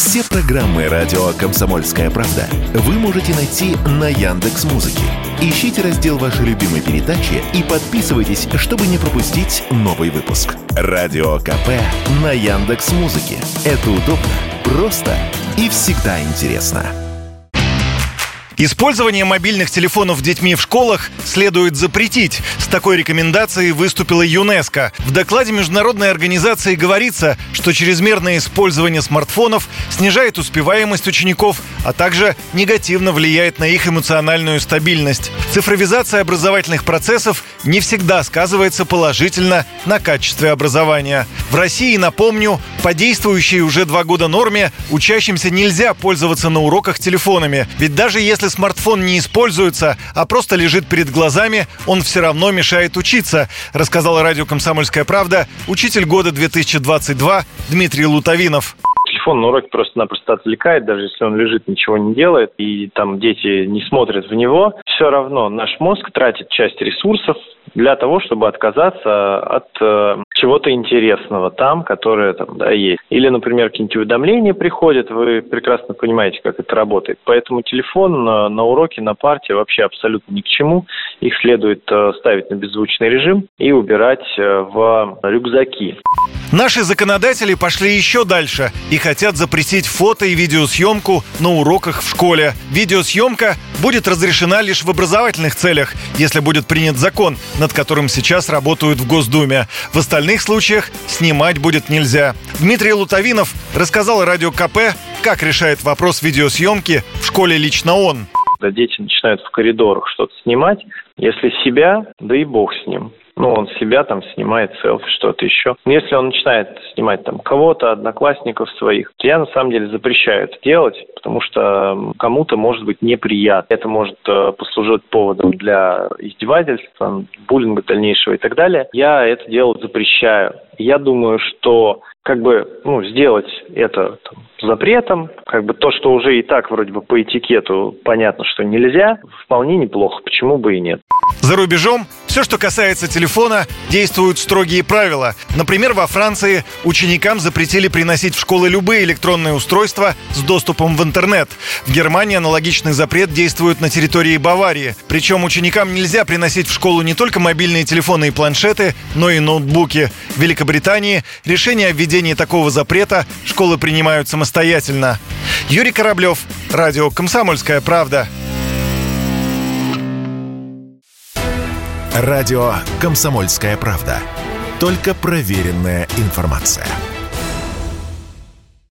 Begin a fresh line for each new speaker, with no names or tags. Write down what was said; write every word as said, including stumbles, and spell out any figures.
Все программы радио «Комсомольская правда» вы можете найти на Яндекс.Музыке. Ищите раздел вашей любимой передачи и подписывайтесь, чтобы не пропустить новый выпуск. Радио КП на Яндекс.Музыке. Это удобно, просто и всегда интересно.
Использование мобильных телефонов детьми в школах следует запретить. С такой рекомендацией выступила ЮНЕСКО. В докладе международной организации говорится, что чрезмерное использование смартфонов снижает успеваемость учеников, а также негативно влияет на их эмоциональную стабильность. Цифровизация образовательных процессов не всегда сказывается положительно на качестве образования. В России, напомню, по действующей уже два года норме учащимся нельзя пользоваться на уроках телефонами. Ведь даже если Если смартфон не используется, а просто лежит перед глазами, он все равно мешает учиться, рассказала радио «Комсомольская правда» учитель года две тысячи двадцать два Дмитрий Лутовинов.
Телефон на уроке просто-напросто отвлекает, даже если он лежит, ничего не делает, и там дети не смотрят в него, все равно наш мозг тратит часть ресурсов для того, чтобы отказаться от э, чего-то интересного там, которое там, да, есть. Или, например, какие-нибудь уведомления приходят, вы прекрасно понимаете, как это работает. Поэтому телефон на, на уроке, на парте вообще абсолютно ни к чему. Их следует э, ставить на беззвучный режим и убирать э, в рюкзаки.
Наши законодатели пошли еще дальше и хотят запретить фото- и видеосъемку на уроках в школе. Видеосъемка будет разрешена лишь в образовательных целях, если будет принят закон, над которым сейчас работают в Госдуме. В остальных случаях снимать будет нельзя. Дмитрий Лутовинов рассказал радио КП, как решает вопрос видеосъемки в школе лично он.
Когда дети начинают в коридорах что-то снимать, если себя, да и бог с ним. Ну, он себя там снимает, селфи, что-то еще. Но если он начинает снимать там кого-то, одноклассников своих, то я на самом деле запрещаю это делать, потому что кому-то может быть неприятно. Это может э, послужить поводом для издевательства, буллинга дальнейшего и так далее. Я это делать запрещаю. Я думаю, что как бы, ну, сделать это там запретом, как бы то, что уже и так вроде бы по этикету понятно, что нельзя, вполне неплохо, почему бы и нет.
За рубежом все, что касается телефона, действуют строгие правила. Например, во Франции ученикам запретили приносить в школы любые электронные устройства с доступом в интернет. В Германии аналогичный запрет действует на территории Баварии. Причем ученикам нельзя приносить в школу не только мобильные телефоны и планшеты, но и ноутбуки. В Великобритании решение о введении такого запрета школы принимают самостоятельно. Юрий Кораблев, радио «Комсомольская правда».
Радио «Комсомольская правда». Только проверенная информация.